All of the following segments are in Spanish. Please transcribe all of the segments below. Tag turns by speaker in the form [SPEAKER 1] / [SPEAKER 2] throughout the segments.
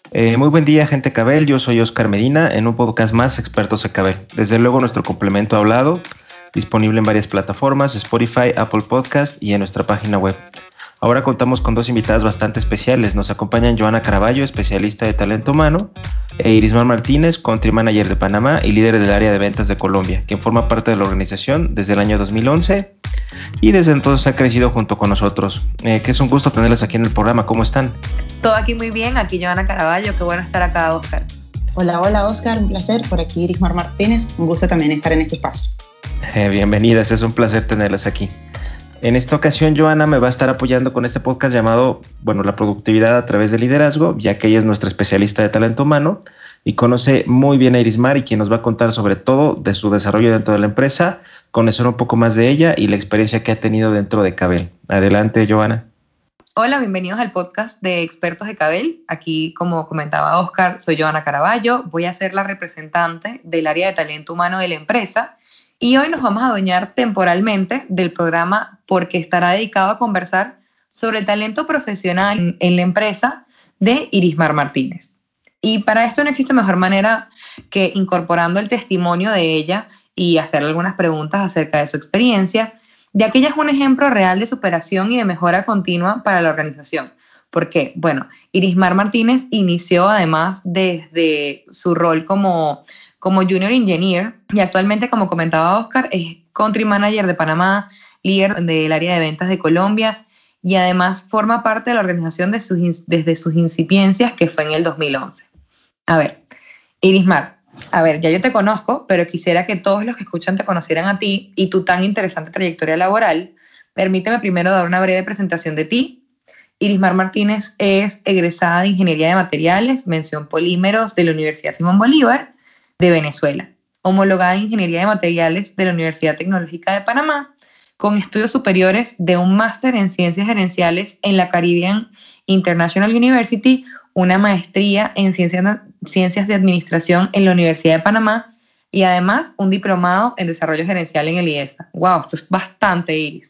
[SPEAKER 1] Muy buen día, gente Cabel. Yo soy Oscar Medina en un podcast más Expertos de Cabel. Desde luego, nuestro complemento hablado, disponible en varias plataformas: Spotify, Apple Podcast y en nuestra página web. Ahora contamos con dos invitadas bastante especiales. Nos acompañan Joana Caraballo, especialista de talento humano, e Irismar Martínez, Country Manager de Panamá y líder del área de ventas de Colombia, quien forma parte de la organización desde el año 2011 y desde entonces ha crecido junto con nosotros. Que es un gusto tenerlas aquí en el programa. ¿Cómo están?
[SPEAKER 2] Todo aquí muy bien, aquí Joana Caraballo, qué bueno estar acá, Oscar.
[SPEAKER 3] Hola Oscar, un placer. Por aquí Irismar Martínez, un gusto también estar en este espacio.
[SPEAKER 1] Bienvenidas, es un placer tenerlas aquí. En esta ocasión, Joana me va a estar apoyando con este podcast llamado, la productividad a través del liderazgo, ya que ella es nuestra especialista de talento humano y conoce muy bien a Irismar, y quien nos va a contar sobre todo de su desarrollo dentro de la empresa, conocer un poco más de ella y la experiencia que ha tenido dentro de Cabel. Adelante, Joana.
[SPEAKER 2] Hola, bienvenidos al podcast de Expertos de Cabel. Aquí, como comentaba Oscar, soy Joana Caraballo. Voy a ser la representante del área de talento humano de la empresa y hoy nos vamos a adueñar temporalmente del programa porque estará dedicado a conversar sobre el talento profesional en la empresa de Irismar Martínez. Y para esto no existe mejor manera que incorporando el testimonio de ella y hacerle algunas preguntas acerca de su experiencia, ya que ella es un ejemplo real de superación y de mejora continua para la organización. Porque, Irismar Martínez inició además desde su rol como Junior Engineer y actualmente, como comentaba Oscar, es Country Manager de Panamá, líder del área de ventas de Colombia y además forma parte de la organización desde sus incipiencias, que fue en el 2011. A ver, Irismar, ya yo te conozco, pero quisiera que todos los que escuchan te conocieran a ti y tu tan interesante trayectoria laboral. Permíteme primero dar una breve presentación de ti. Irismar Martínez es egresada de Ingeniería de Materiales, mención Polímeros de la Universidad Simón Bolívar de Venezuela, homologada en Ingeniería de Materiales de la Universidad Tecnológica de Panamá, con estudios superiores de un máster en Ciencias Gerenciales en la Caribbean International University, una maestría en Ciencias de Administración en la Universidad de Panamá y además un diplomado en Desarrollo Gerencial en el IESA. ¡Wow! Esto es bastante, Iris.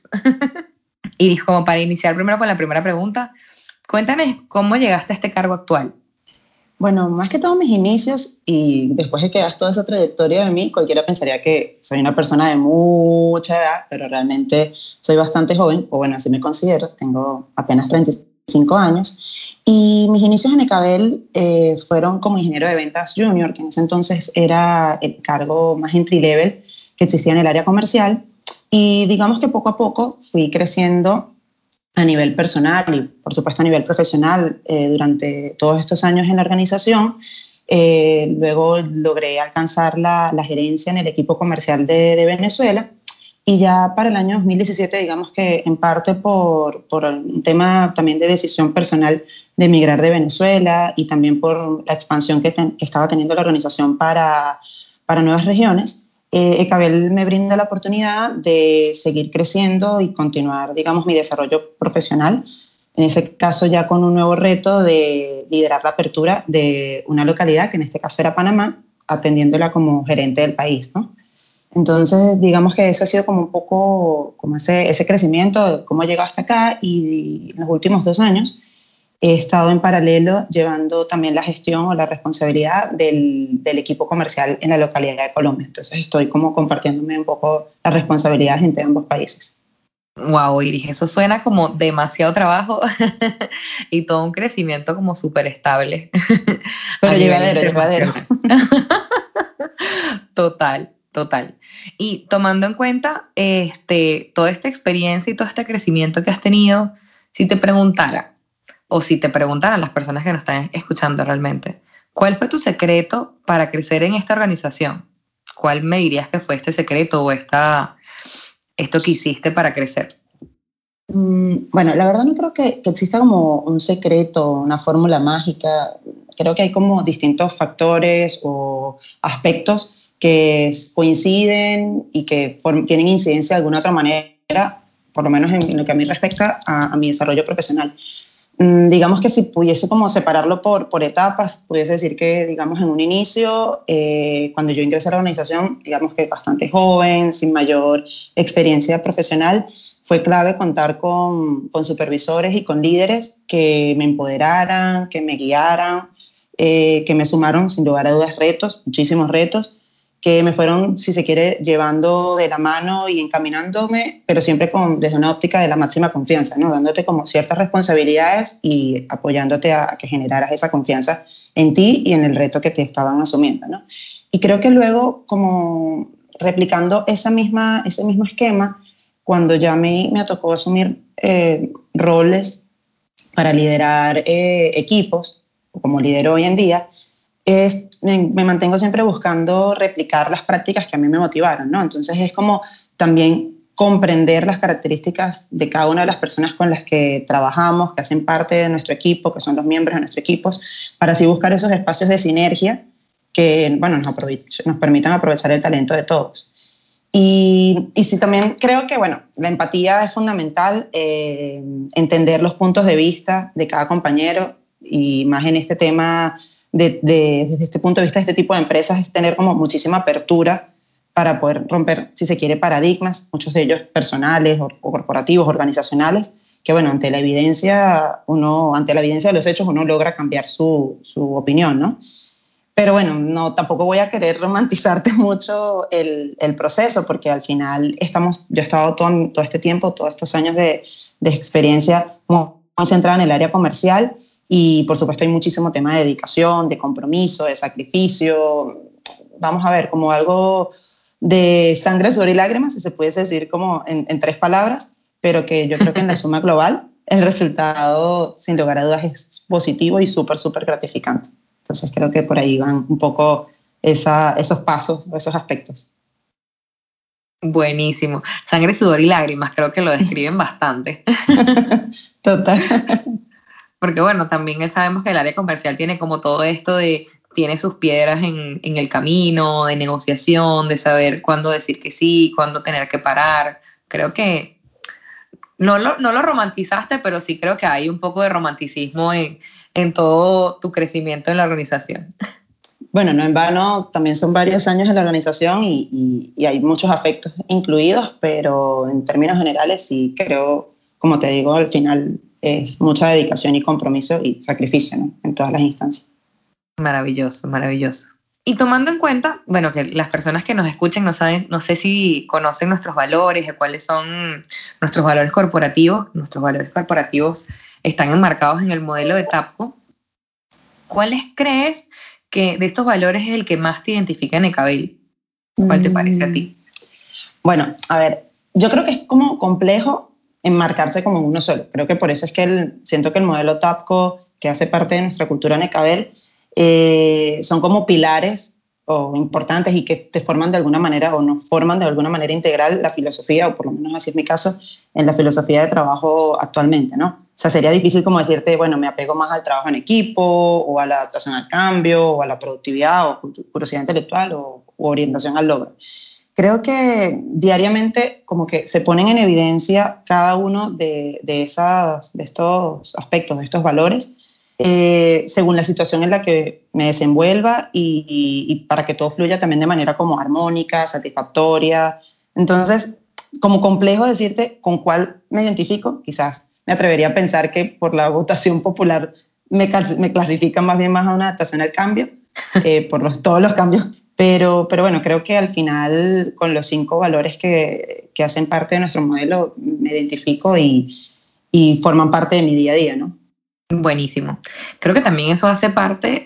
[SPEAKER 2] Iris, como para iniciar primero con la primera pregunta, cuéntame cómo llegaste a este cargo actual.
[SPEAKER 3] Bueno, más que todo mis inicios y después de que das toda esa trayectoria de mí, cualquiera pensaría que soy una persona de mucha edad, pero realmente soy bastante joven, o así me considero, tengo apenas 35 años, y mis inicios en Ecabel fueron como ingeniero de ventas junior, que en ese entonces era el cargo más entry level que existía en el área comercial, y digamos que poco a poco fui creciendo a nivel personal y por supuesto a nivel profesional durante todos estos años en la organización. Luego logré alcanzar la gerencia en el equipo comercial de Venezuela, y ya para el año 2017, digamos que en parte por un tema también de decisión personal de emigrar de Venezuela y también por la expansión que estaba teniendo la organización para nuevas regiones, Ecabel me brinda la oportunidad de seguir creciendo y continuar, digamos, mi desarrollo profesional. En ese caso ya con un nuevo reto de liderar la apertura de una localidad, que en este caso era Panamá, atendiéndola como gerente del país, ¿no? Entonces, digamos que eso ha sido como un poco como ese crecimiento, de cómo he llegado hasta acá, y en los últimos 2 años he estado en paralelo llevando también la gestión o la responsabilidad del equipo comercial en la localidad de Colombia. Entonces estoy como compartiéndome un poco las responsabilidades entre ambos países.
[SPEAKER 2] Wow, Iris, eso suena como demasiado trabajo y todo un crecimiento como súper estable.
[SPEAKER 3] Pero llevadero.
[SPEAKER 2] Total. Y tomando en cuenta toda esta experiencia y todo este crecimiento que has tenido, si te preguntara, o si te preguntaran las personas que nos están escuchando realmente, ¿cuál fue tu secreto para crecer en esta organización? ¿Cuál me dirías que fue este secreto o esto que hiciste para crecer?
[SPEAKER 3] Bueno, la verdad no creo que exista como un secreto, una fórmula mágica. Creo que hay como distintos factores o aspectos que coinciden y que tienen incidencia de alguna otra manera, por lo menos en lo que a mí respecta a mi desarrollo profesional. Digamos que si pudiese como separarlo por etapas, pudiese decir que, digamos, en un inicio, cuando yo ingresé a la organización, digamos que bastante joven, sin mayor experiencia profesional, fue clave contar con supervisores y con líderes que me empoderaran, que me guiaran, que me sumaron sin lugar a dudas retos, muchísimos retos, que me fueron, si se quiere, llevando de la mano y encaminándome, pero siempre desde una óptica de la máxima confianza, ¿no? Dándote como ciertas responsabilidades y apoyándote a que generaras esa confianza en ti y en el reto que te estaban asumiendo, ¿no? Y creo que luego, como replicando ese mismo esquema, cuando ya me tocó asumir roles para liderar equipos, como lidero hoy en día, me mantengo siempre buscando replicar las prácticas que a mí me motivaron, ¿no? Entonces es como también comprender las características de cada una de las personas con las que trabajamos, que hacen parte de nuestro equipo, que son los miembros de nuestro equipo, para así buscar esos espacios de sinergia que, bueno, nos permitan aprovechar el talento de todos. Y sí, también creo que, bueno, la empatía es fundamental, entender los puntos de vista de cada compañero, y más en este tema, desde este punto de vista de este tipo de empresas, es tener como muchísima apertura para poder romper, si se quiere, paradigmas, muchos de ellos personales o corporativos, organizacionales, que bueno, ante la evidencia de los hechos uno logra cambiar su opinión, ¿no? Pero bueno, tampoco voy a querer romantizarte mucho el proceso, porque al final yo he estado todo este tiempo, todos estos años de experiencia muy centrada en el área comercial, y por supuesto hay muchísimo tema de dedicación, de compromiso, de sacrificio. Vamos a ver, como algo de sangre, sudor y lágrimas, si se pudiese decir como en 3 palabras, pero que yo creo que en la suma global el resultado, sin lugar a dudas, es positivo y súper, súper gratificante. Entonces creo que por ahí van un poco esos pasos, esos aspectos.
[SPEAKER 2] Buenísimo. Sangre, sudor y lágrimas, creo que lo describen bastante.
[SPEAKER 3] Total.
[SPEAKER 2] Porque bueno, también sabemos que el área comercial tiene como todo esto tiene sus piedras en el camino, de negociación, de saber cuándo decir que sí, cuándo tener que parar. Creo que no lo romantizaste, pero sí creo que hay un poco de romanticismo en todo tu crecimiento en la organización.
[SPEAKER 3] Bueno, no en vano, también son varios años en la organización y hay muchos afectos incluidos, pero en términos generales sí creo, como te digo, al final es mucha dedicación y compromiso y sacrificio, ¿no? En todas las instancias.
[SPEAKER 2] Maravilloso, maravilloso. Y tomando en cuenta, bueno, que las personas que nos escuchen no sé si conocen nuestros valores, cuáles son nuestros valores corporativos. Nuestros valores corporativos están enmarcados en el modelo de TAPCO. ¿Cuáles crees que de estos valores es el que más te identifica en Ecabel? ¿Cuál te parece a ti?
[SPEAKER 3] Bueno, a ver, yo creo que es como complejo enmarcarse como uno solo. Creo que por eso es que siento que el modelo TAPCO, que hace parte de nuestra cultura en Ecabel, son como pilares importantes y que te forman de alguna manera o nos forman de alguna manera integral la filosofía, o por lo menos así es mi caso, en la filosofía de trabajo actualmente, ¿no? O sea, sería difícil como decirte, bueno, me apego más al trabajo en equipo o a la adaptación al cambio o a la productividad o curiosidad intelectual o orientación al logro. Creo que diariamente como que se ponen en evidencia cada uno de estos aspectos, de estos valores, según la situación en la que me desenvuelva y para que todo fluya también de manera como armónica, satisfactoria. Entonces, como complejo decirte con cuál me identifico, quizás me atrevería a pensar que por la votación popular me clasifican más bien a una adaptación al cambio, por todos los cambios. Pero bueno, creo que al final con los 5 valores que hacen parte de nuestro modelo me identifico y forman parte de mi día a día, ¿no?
[SPEAKER 2] Buenísimo. Creo que también eso hace parte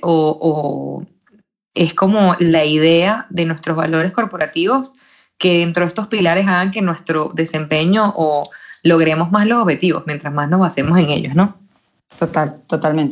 [SPEAKER 2] o es como la idea de nuestros valores corporativos, que dentro de estos pilares hagan que nuestro desempeño o logremos más los objetivos, mientras más nos basemos en ellos, ¿no?
[SPEAKER 3] Totalmente.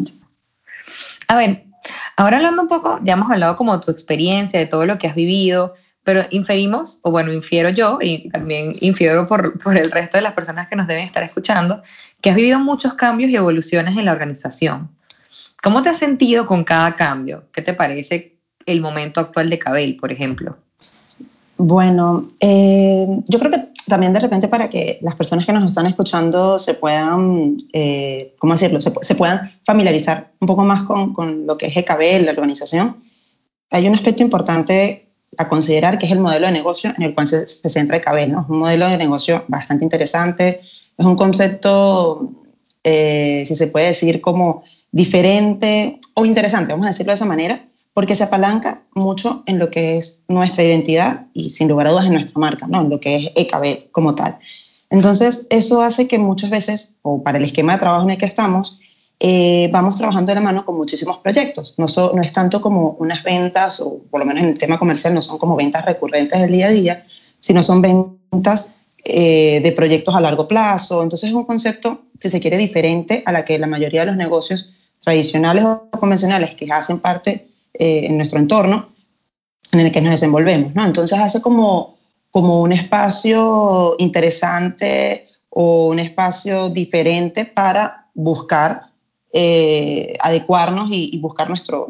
[SPEAKER 2] A ver, ahora hablando un poco, ya hemos hablado como de tu experiencia, de todo lo que has vivido, pero inferimos, o bueno, infiero yo y también infiero por el resto de las personas que nos deben estar escuchando, que has vivido muchos cambios y evoluciones en la organización. ¿Cómo te has sentido con cada cambio? ¿Qué te parece el momento actual de Ecabel, por ejemplo?
[SPEAKER 3] Bueno, yo creo que también de repente para que las personas que nos están escuchando se puedan, ¿cómo decirlo? Se puedan familiarizar un poco más con lo que es Ecabel, la organización. Hay un aspecto importante a considerar, que es el modelo de negocio en el cual se centra Ecabel, ¿no? Es un modelo de negocio bastante interesante, es un concepto si se puede decir como diferente o interesante, vamos a decirlo de esa manera, porque se apalanca mucho en lo que es nuestra identidad y sin lugar a dudas en nuestra marca, ¿no? En lo que es Ecabel como tal. Entonces, eso hace que muchas veces, o para el esquema de trabajo en el que estamos, vamos trabajando de la mano con muchísimos proyectos. No es tanto como unas ventas, o por lo menos en el tema comercial no son como ventas recurrentes del día a día, sino son ventas de proyectos a largo plazo. Entonces es un concepto, si se quiere, diferente a la que la mayoría de los negocios tradicionales o convencionales que hacen parte en nuestro entorno en el que nos desenvolvemos, ¿no? Entonces hace como un espacio interesante o un espacio diferente para buscar adecuarnos y buscar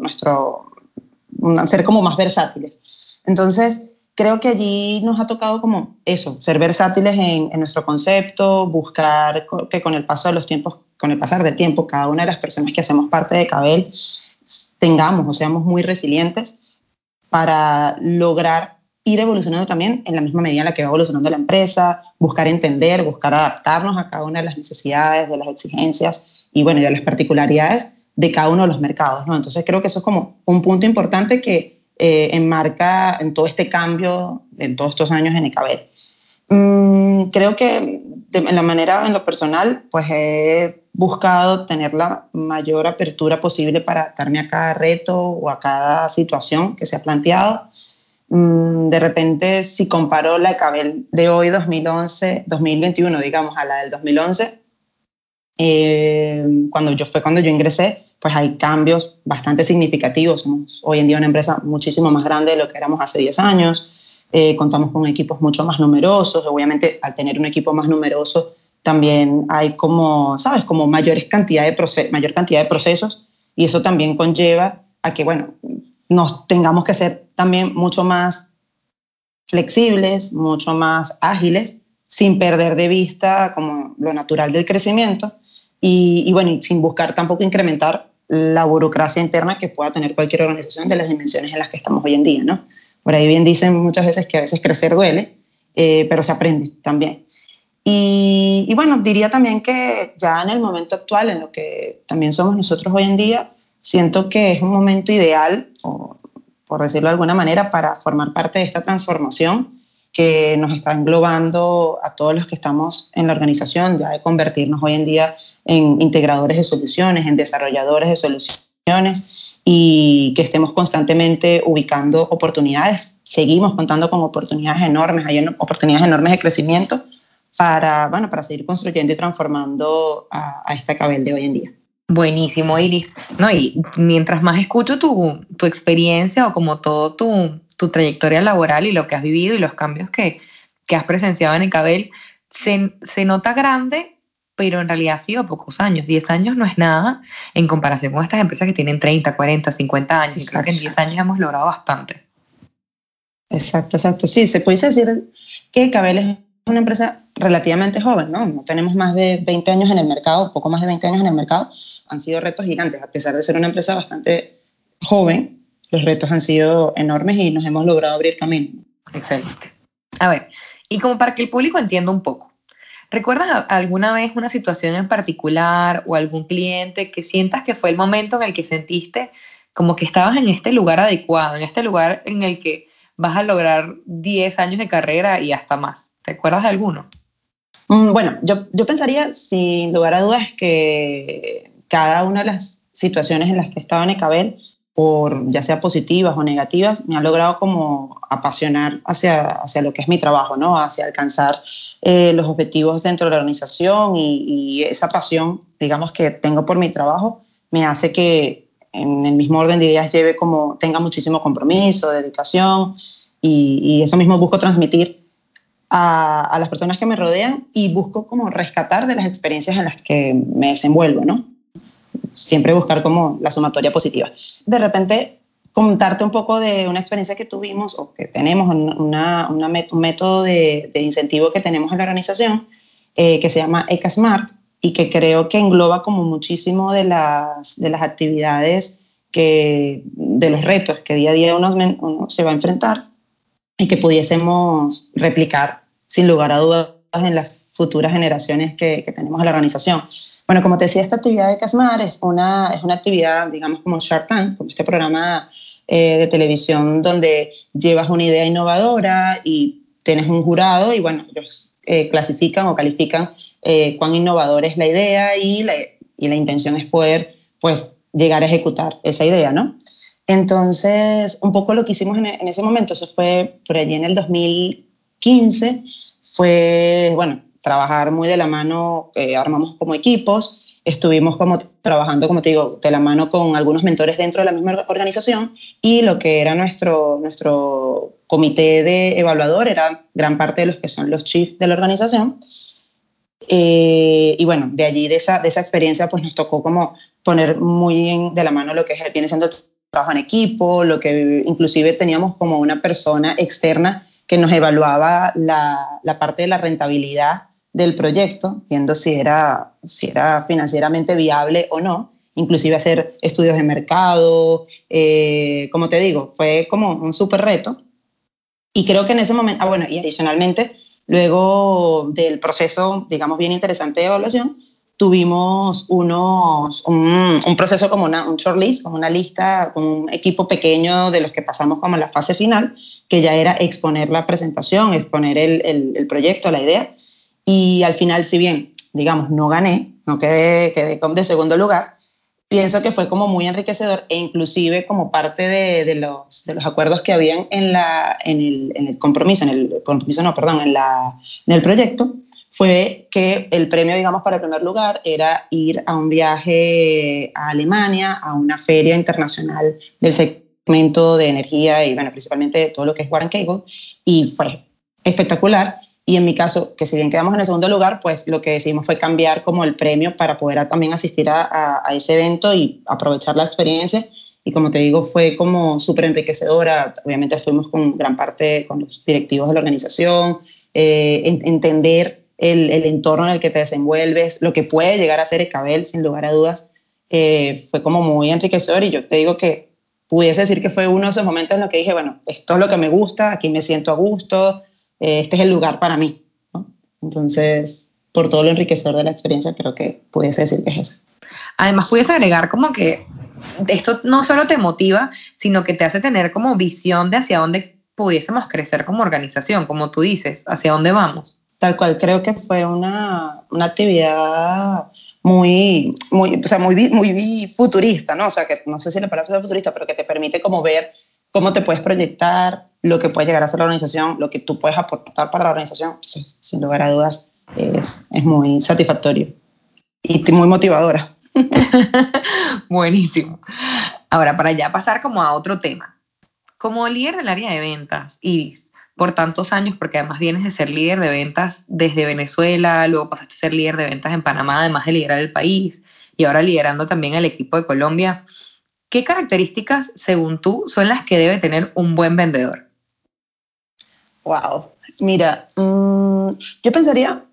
[SPEAKER 3] ser como más versátiles. Entonces creo que allí nos ha tocado como eso, ser versátiles en nuestro concepto, buscar que con el pasar del tiempo, cada una de las personas que hacemos parte de Cabel tengamos o seamos muy resilientes para lograr ir evolucionando también en la misma medida en la que va evolucionando la empresa, buscar entender, buscar adaptarnos a cada una de las necesidades, de las exigencias y bueno, y de las particularidades de cada uno de los mercados, ¿no? Entonces creo que eso es como un punto importante que enmarca en todo este cambio en todos estos años en Ecabel. Creo que en lo personal, pues he buscado tener la mayor apertura posible para adaptarme a cada reto o a cada situación que se ha planteado. De repente, si comparo la Ecabel de hoy, 2021, digamos, a la del 2011, cuando yo ingresé, pues hay cambios bastante significativos. Somos hoy en día una empresa muchísimo más grande de lo que éramos hace 10 años. Contamos con equipos mucho más numerosos. Obviamente, al tener un equipo más numeroso, también hay como mayor cantidad de procesos, y eso también conlleva a que, bueno, nos tengamos que ser también mucho más flexibles, mucho más ágiles, sin perder de vista como lo natural del crecimiento y bueno, y sin buscar tampoco incrementar la burocracia interna que pueda tener cualquier organización de las dimensiones en las que estamos hoy en día, ¿no? Por ahí bien dicen muchas veces que a veces crecer duele, pero se aprende también. Y bueno, diría también que ya en el momento actual, en lo que también somos nosotros hoy en día, siento que es un momento ideal, por decirlo de alguna manera, para formar parte de esta transformación que nos está englobando a todos los que estamos en la organización, ya de convertirnos hoy en día en integradores de soluciones, en desarrolladores de soluciones, y que estemos constantemente ubicando oportunidades. Seguimos contando con oportunidades enormes, hay oportunidades enormes de crecimiento para seguir construyendo y transformando a esta Cabel de hoy en día.
[SPEAKER 2] Buenísimo, Iris. No, y mientras más escucho tu experiencia o como todo tu trayectoria laboral y lo que has vivido y los cambios que has presenciado en Ecabel, se nota grande, pero en realidad ha sido pocos años. 10 años no es nada en comparación con estas empresas que tienen 30, 40, 50 años. Exacto. Creo que en 10 años hemos logrado bastante.
[SPEAKER 3] Exacto. Sí, se puede decir que Ecabel es una empresa relativamente joven, ¿no? No tenemos más de 20 años en el mercado, poco más de 20 años en el mercado. Han sido retos gigantes. A pesar de ser una empresa bastante joven, los retos han sido enormes y nos hemos logrado abrir camino.
[SPEAKER 2] Excelente. A ver, y como para que el público entienda un poco, ¿recuerdas alguna vez una situación en particular o algún cliente que sientas que fue el momento en el que sentiste como que estabas en este lugar adecuado, en este lugar en el que vas a lograr 10 años de carrera y hasta más? ¿Te acuerdas de alguno?
[SPEAKER 3] Bueno, yo pensaría, sin lugar a dudas, que cada una de las situaciones en las que he estado en Ecabel, por ya sea positivas o negativas, me ha logrado como apasionar hacia lo que es mi trabajo, ¿no? Hacia alcanzar los objetivos dentro de la organización, y esa pasión, digamos, que tengo por mi trabajo me hace que en el mismo orden de ideas tenga muchísimo compromiso, dedicación, y eso mismo busco transmitir a las personas que me rodean, y busco como rescatar de las experiencias en las que me desenvuelvo, ¿no? Siempre buscar como la sumatoria positiva. De repente, contarte un poco de una experiencia que tuvimos o que tenemos, un método de incentivo que tenemos en la organización que se llama EcaSmart, y que creo que engloba como muchísimo de las actividades de los retos que día a día uno se va a enfrentar, y que pudiésemos replicar sin lugar a dudas en las futuras generaciones que tenemos en la organización. Bueno, como te decía, esta actividad de Casmar es una actividad, digamos, como Shark Tank, como este programa de televisión donde llevas una idea innovadora y tienes un jurado y, bueno, ellos clasifican o califican cuán innovadora es la idea y la intención es poder, pues, llegar a ejecutar esa idea, ¿no? Entonces, un poco lo que hicimos en ese momento, eso fue por allí en el 2015, fue, bueno, trabajar muy de la mano, armamos como equipos, estuvimos como trabajando, como te digo, de la mano con algunos mentores dentro de la misma organización y lo que era nuestro comité de evaluador era gran parte de los que son los chiefs de la organización. Y bueno, de allí, de esa experiencia, pues nos tocó como poner muy de la mano lo que viene siendo el trabajo en equipo, lo que inclusive teníamos como una persona externa que nos evaluaba la parte de la rentabilidad del proyecto, viendo si era financieramente viable o no, inclusive hacer estudios de mercado, como te digo, fue como un súper reto. Y creo que en ese momento, bueno, y adicionalmente, luego del proceso, digamos, bien interesante de evaluación, tuvimos un proceso como un shortlist, como una lista, con un equipo pequeño de los que pasamos como a la fase final, que ya era exponer la presentación, exponer el proyecto, la idea. Y al final, si bien, digamos, no gané, no quedé de segundo lugar, pienso que fue como muy enriquecedor e inclusive como parte de los acuerdos que habían en el compromiso, en el proyecto, fue que el premio, digamos, para el primer lugar era ir a un viaje a Alemania, a una feria internacional del segmento de energía y, bueno, principalmente de todo lo que es Water Cable, y fue espectacular. Y en mi caso, que si bien quedamos en el segundo lugar, pues lo que decidimos fue cambiar como el premio para poder también asistir a ese evento y aprovechar la experiencia. Y como te digo, fue como súper enriquecedora. Obviamente fuimos con gran parte con los directivos de la organización, entender el entorno en el que te desenvuelves, lo que puede llegar a ser Ecabel, sin lugar a dudas, fue como muy enriquecedor. Y yo te digo que pudiese decir que fue uno de esos momentos en los que dije, bueno, esto es lo que me gusta, aquí me siento a gusto, este es el lugar para mí, ¿no? Entonces, por todo lo enriquecedor de la experiencia, creo que pudiese decir que es eso.
[SPEAKER 2] Además, pudiese agregar como que esto no solo te motiva, sino que te hace tener como visión de hacia dónde pudiésemos crecer como organización, como tú dices, hacia dónde vamos.
[SPEAKER 3] Tal cual, creo que fue una actividad muy futurista, ¿no? O sea, que no sé si la palabra es futurista, pero que te permite como ver cómo te puedes proyectar, lo que puede llegar a ser la organización, lo que tú puedes aportar para la organización. Entonces, sin lugar a dudas, es muy satisfactorio y muy motivadora.
[SPEAKER 2] Buenísimo. Ahora, para ya pasar como a otro tema. Como líder del área de ventas, Iris, por tantos años, porque además vienes de ser líder de ventas desde Venezuela, luego pasaste a ser líder de ventas en Panamá, además de liderar el país, y ahora liderando también el equipo de Colombia. ¿Qué características, según tú, son las que debe tener un buen vendedor?
[SPEAKER 3] Wow. Mira, yo pensaría,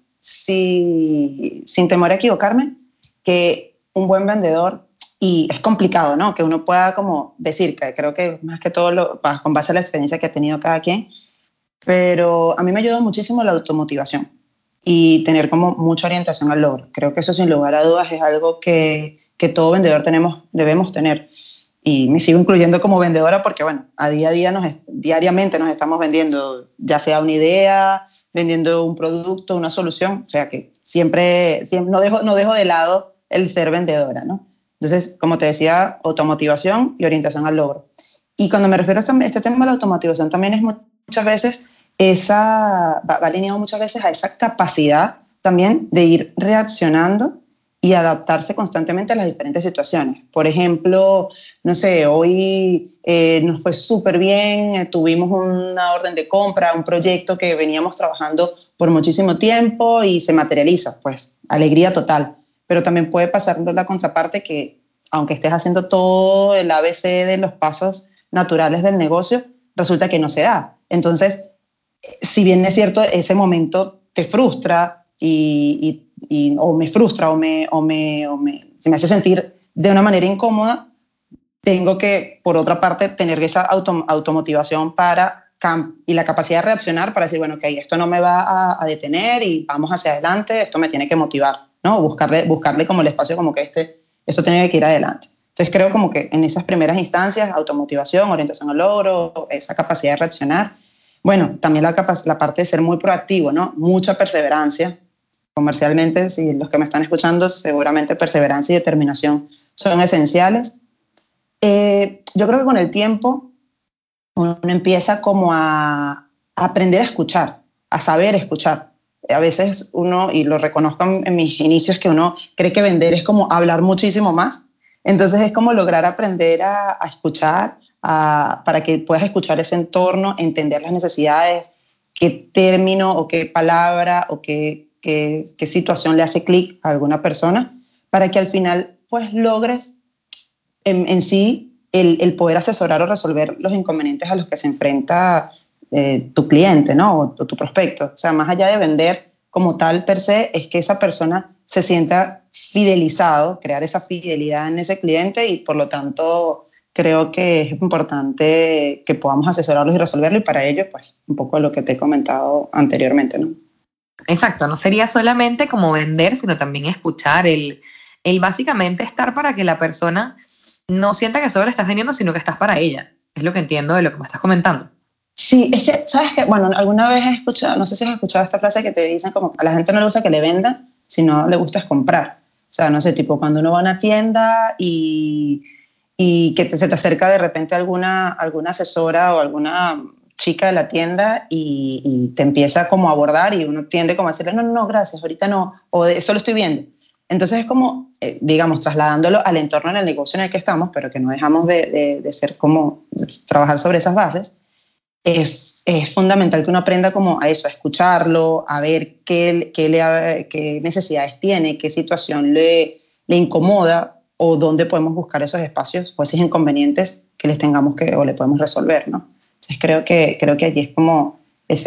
[SPEAKER 3] sin temor a equivocarme, que un buen vendedor, y es complicado, ¿no? Que uno pueda como decir, que creo que más que todo con base a la experiencia que ha tenido cada quien, pero a mí me ayudó muchísimo la automotivación y tener como mucha orientación al logro. Creo que eso sin lugar a dudas es algo que todo vendedor debemos tener. Y me sigo incluyendo como vendedora porque, bueno, diariamente nos estamos vendiendo, ya sea una idea, vendiendo un producto, una solución. O sea que siempre no dejo de lado el ser vendedora, ¿no? Entonces, como te decía, automotivación y orientación al logro. Y cuando me refiero a este tema de la automotivación, también es muchas veces va alineado muchas veces a esa capacidad también de ir reaccionando y adaptarse constantemente a las diferentes situaciones. Por ejemplo, no sé, hoy nos fue súper bien, tuvimos una orden de compra, un proyecto que veníamos trabajando por muchísimo tiempo y se materializa, pues alegría total. Pero también puede pasar la contraparte que, aunque estés haciendo todo el ABC de los pasos naturales del negocio, resulta que no se da. Entonces, si bien es cierto, ese momento te frustra o me frustra se me hace sentir de una manera incómoda, tengo que, por otra parte, tener esa automotivación y la capacidad de reaccionar para decir, bueno, ok, esto no me va a detener y vamos hacia adelante, esto me tiene que motivar ¿no? Buscarle como el espacio como que eso tiene que ir adelante. Entonces creo como que en esas primeras instancias, automotivación, orientación al logro, esa capacidad de reaccionar. Bueno, también la parte de ser muy proactivo, ¿no? Mucha perseverancia. Comercialmente, si los que me están escuchando, seguramente perseverancia y determinación son esenciales. Yo creo que con el tiempo uno empieza como a aprender a escuchar, a saber escuchar. A veces uno, y lo reconozco en mis inicios, que uno cree que vender es como hablar muchísimo más. Entonces es como lograr aprender a escuchar, para que puedas escuchar ese entorno, entender las necesidades, qué término o qué palabra o qué situación le hace clic a alguna persona, para que al final pues logres en sí el poder asesorar o resolver los inconvenientes a los que se enfrenta tu cliente, ¿no? O tu prospecto. O sea, más allá de vender como tal per se, es que esa persona se sienta fidelizado, crear esa fidelidad en ese cliente, y por lo tanto creo que es importante que podamos asesorarlos y resolverlo, y para ello pues un poco lo que te he comentado anteriormente, ¿no?
[SPEAKER 2] Exacto, no sería solamente como vender, sino también escuchar, el básicamente estar para que la persona no sienta que solo le estás vendiendo, sino que estás para ella. Es lo que entiendo de lo que me estás comentando.
[SPEAKER 3] Sí, es que, ¿sabes qué? Bueno, alguna vez he escuchado, no sé si has escuchado esta frase que te dicen como a la gente no le gusta que le vendan, sino le gusta es comprar. O sea, no sé, tipo cuando uno va a una tienda y que se te acerca de repente alguna asesora o alguna chica de la tienda y te empieza como a abordar, y uno tiende como a decirle, no, gracias, ahorita no, o eso lo estoy viendo. Entonces es como, digamos, trasladándolo al entorno en el negocio en el que estamos, pero que no dejamos de ser como, de trabajar sobre esas bases. Es fundamental que uno aprenda como a eso, a escucharlo, a ver qué necesidades tiene, qué situación le incomoda, o dónde podemos buscar esos espacios o esos inconvenientes que les tengamos o le podemos resolver, ¿no? Entonces creo que allí es como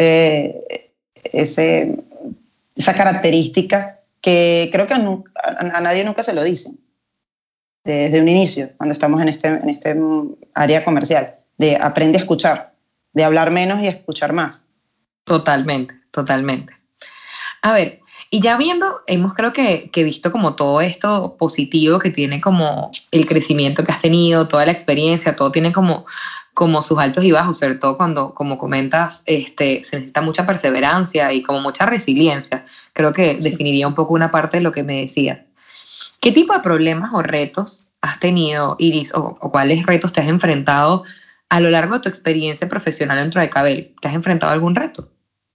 [SPEAKER 3] esa característica que creo que a nadie nunca se lo dicen desde un inicio, cuando estamos en este área comercial, de aprende a escuchar, de hablar menos y escuchar más.
[SPEAKER 2] Totalmente, totalmente. A ver, y ya creo que visto como todo esto positivo que tiene, como el crecimiento que has tenido, toda la experiencia, todo tiene como sus altos y bajos, sobre todo cuando, como comentas, se necesita mucha perseverancia y como mucha resiliencia. Creo que
[SPEAKER 3] Sí.
[SPEAKER 2] definiría un poco una parte de lo que me decías. ¿Qué tipo de problemas o retos has tenido, Iris, o cuáles retos te has enfrentado a lo largo de tu experiencia profesional dentro de Cabel? ¿Te has enfrentado a algún reto?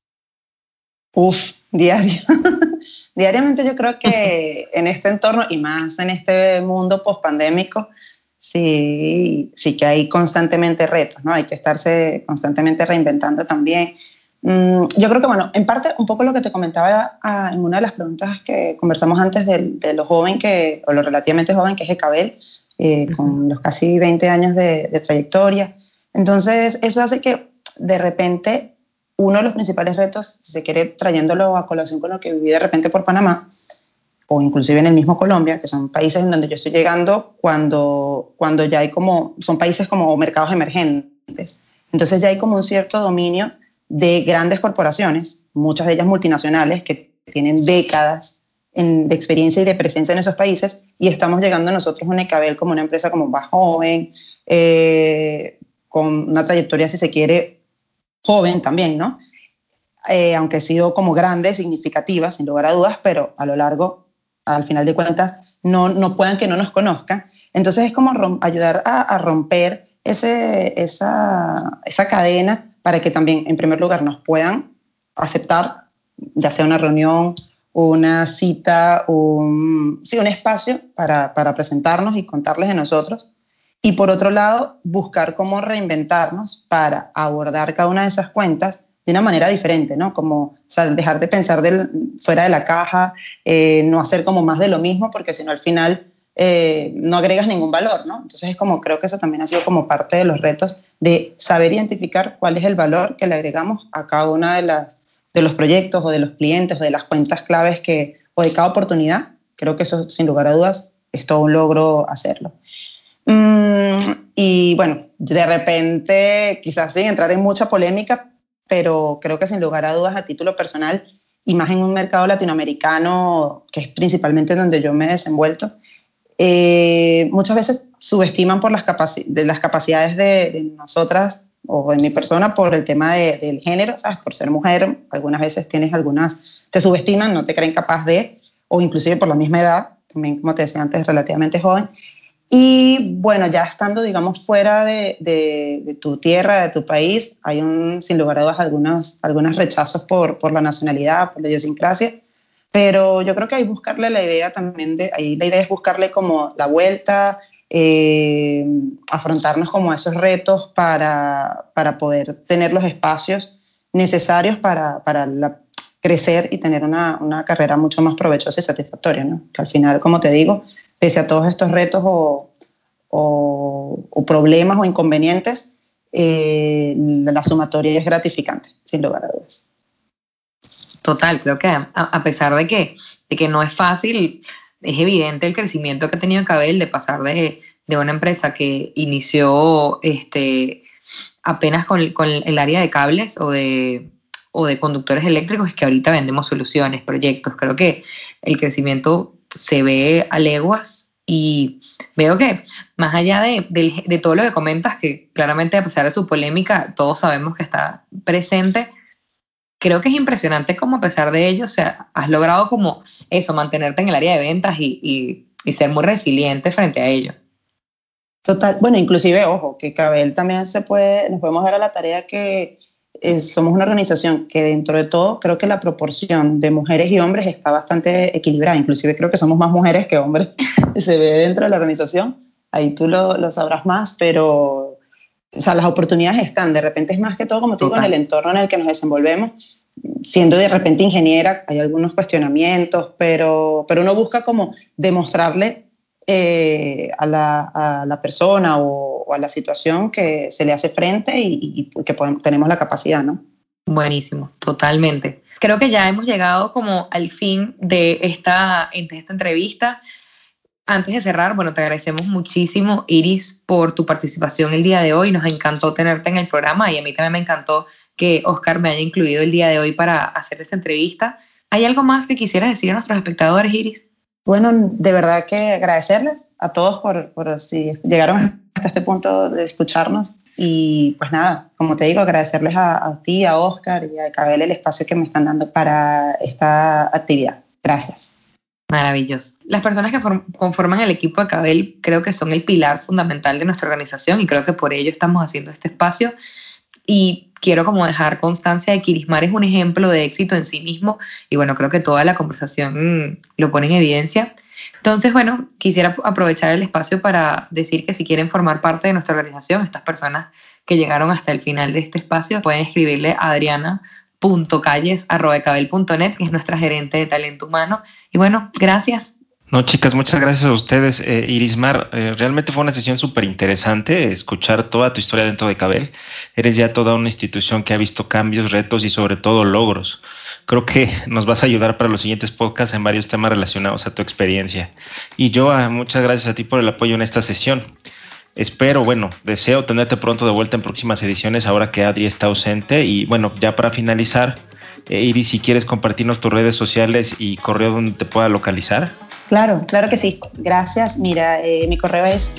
[SPEAKER 3] Diario. Diariamente yo creo que en este entorno, y más en este mundo post-pandémico, sí que hay constantemente retos, ¿no? Hay que estarse constantemente reinventando también. Yo creo que, bueno, en parte un poco lo que te comentaba en una de las preguntas que conversamos antes de lo joven o lo relativamente joven que es Cabel, con los casi 20 años de trayectoria. Entonces eso hace que de repente uno de los principales retos, si se quiere, trayéndolo a colación con lo que viví de repente por Panamá, o inclusive en el mismo Colombia, que son países en donde yo estoy llegando cuando ya hay son países como mercados emergentes. Entonces ya hay como un cierto dominio de grandes corporaciones, muchas de ellas multinacionales, que tienen décadas de experiencia y de presencia en esos países, y estamos llegando nosotros a Cabel como una empresa como más joven, con una trayectoria, si se quiere, joven también, ¿no? Aunque ha sido como grande, significativa, sin lugar a dudas, pero a lo largo, al final de cuentas, no puedan que no nos conozcan. Entonces es como ayudar a romper esa cadena, para que también, en primer lugar, nos puedan aceptar, ya sea una reunión, una cita, un espacio para presentarnos y contarles de nosotros. Y por otro lado, buscar cómo reinventarnos para abordar cada una de esas cuentas de una manera diferente, ¿no? Como dejar de pensar fuera de la caja, no hacer como más de lo mismo, porque si no al final no agregas ningún valor, ¿no? Entonces creo que eso también ha sido como parte de los retos, de saber identificar cuál es el valor que le agregamos a cada una de los proyectos o de los clientes o de las cuentas claves o de cada oportunidad. Creo que eso, sin lugar a dudas, es todo un logro hacerlo. Y bueno, de repente, quizás sin entrar en mucha polémica, pero creo que sin lugar a dudas, a título personal, y más en un mercado latinoamericano, que es principalmente donde yo me he desenvuelto, muchas veces subestiman por las capacidades de nosotras o de mi persona por el tema del género, ¿sabes? Por ser mujer, algunas veces te subestiman, no te creen capaz de, o inclusive por la misma edad, también como te decía antes, relativamente joven. Y bueno, ya estando, digamos, fuera de tu tierra, de tu país, hay sin lugar a dudas algunos rechazos por la nacionalidad, por la idiosincrasia, pero yo creo que hay buscarle la idea también, ahí la idea es buscarle como la vuelta, afrontarnos como esos retos para poder tener los espacios necesarios para crecer y tener una carrera mucho más provechosa y satisfactoria, ¿no? Que al final, como te digo, pese a todos estos retos o problemas o inconvenientes, la sumatoria es gratificante, sin lugar a dudas.
[SPEAKER 2] Total, creo que a pesar de que no es fácil, es evidente el crecimiento que ha tenido Cabel de pasar de una empresa que inició apenas con el área de cables o de conductores eléctricos, que ahorita vendemos soluciones, proyectos. Creo que el crecimiento se ve a leguas y veo que más allá de todo lo que comentas, que claramente a pesar de su polémica todos sabemos que está presente, creo que es impresionante cómo a pesar de ello, o sea, has logrado como eso, mantenerte en el área de ventas y ser muy resiliente frente a ello.
[SPEAKER 3] Total, bueno, inclusive, ojo, que Cabel también nos podemos dar a la tarea que somos una organización que dentro de todo creo que la proporción de mujeres y hombres está bastante equilibrada, inclusive creo que somos más mujeres que hombres, se ve dentro de la organización, ahí tú lo sabrás más, pero o sea, las oportunidades están, de repente es más que todo, como te digo, en el entorno en el que nos desenvolvemos, siendo de repente ingeniera, hay algunos cuestionamientos, pero uno busca como demostrarle a la persona o a la situación que se le hace frente y que tenemos la capacidad, ¿no?
[SPEAKER 2] Buenísimo, totalmente. Creo que ya hemos llegado como al fin de esta entrevista. Antes de cerrar, bueno, te agradecemos muchísimo, Iris, por tu participación el día de hoy. Nos encantó tenerte en el programa y a mí también me encantó que Oscar me haya incluido el día de hoy para hacer esta entrevista. ¿Hay algo más que quisieras decir a nuestros espectadores, Iris?
[SPEAKER 3] Bueno, de verdad que agradecerles a todos por si llegaron hasta este punto de escucharnos. Y pues nada, como te digo, agradecerles a ti, a Oscar y a Cabel el espacio que me están dando para esta actividad. Gracias.
[SPEAKER 2] Maravilloso. Las personas que conforman el equipo de Cabel creo que son el pilar fundamental de nuestra organización y creo que por ello estamos haciendo este espacio. Y quiero como dejar constancia de que Irismar es un ejemplo de éxito en sí mismo y bueno, creo que toda la conversación lo pone en evidencia. Entonces, bueno, quisiera aprovechar el espacio para decir que si quieren formar parte de nuestra organización, estas personas que llegaron hasta el final de este espacio, pueden escribirle a adriana.calles@cabel.net, que es nuestra gerente de talento humano. Y bueno, gracias.
[SPEAKER 1] No, chicas, muchas gracias a ustedes. Irismar, realmente fue una sesión súper interesante escuchar toda tu historia dentro de Cabel. Eres ya toda una institución que ha visto cambios, retos y sobre todo logros. Creo que nos vas a ayudar para los siguientes podcasts en varios temas relacionados a tu experiencia. Y Joa, muchas gracias a ti por el apoyo en esta sesión. Deseo tenerte pronto de vuelta en próximas ediciones ahora que Adri está ausente. Y bueno, ya para finalizar, Iris, si quieres compartirnos tus redes sociales y correo donde te pueda localizar.
[SPEAKER 3] Claro que sí. Gracias. Mira, mi correo es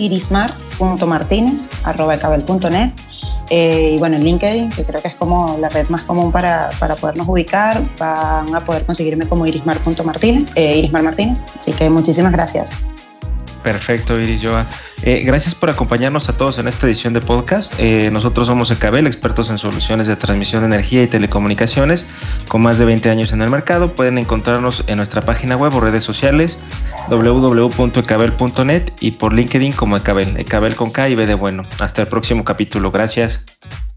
[SPEAKER 3] irismar.martinez@cabel.net. Y bueno, en LinkedIn, que creo que es como la red más común para podernos ubicar, van a poder conseguirme como irismar.martinez, Irismar Martínez. Así que muchísimas gracias.
[SPEAKER 1] Perfecto, Iris, Joa. Gracias por acompañarnos a todos en esta edición de podcast. Nosotros somos Cabel, expertos en soluciones de transmisión de energía y telecomunicaciones, con más de 20 años en el mercado. Pueden encontrarnos en nuestra página web o redes sociales www.ecabel.net y por LinkedIn como Ecabel con K y B de bueno. Hasta el próximo capítulo. Gracias.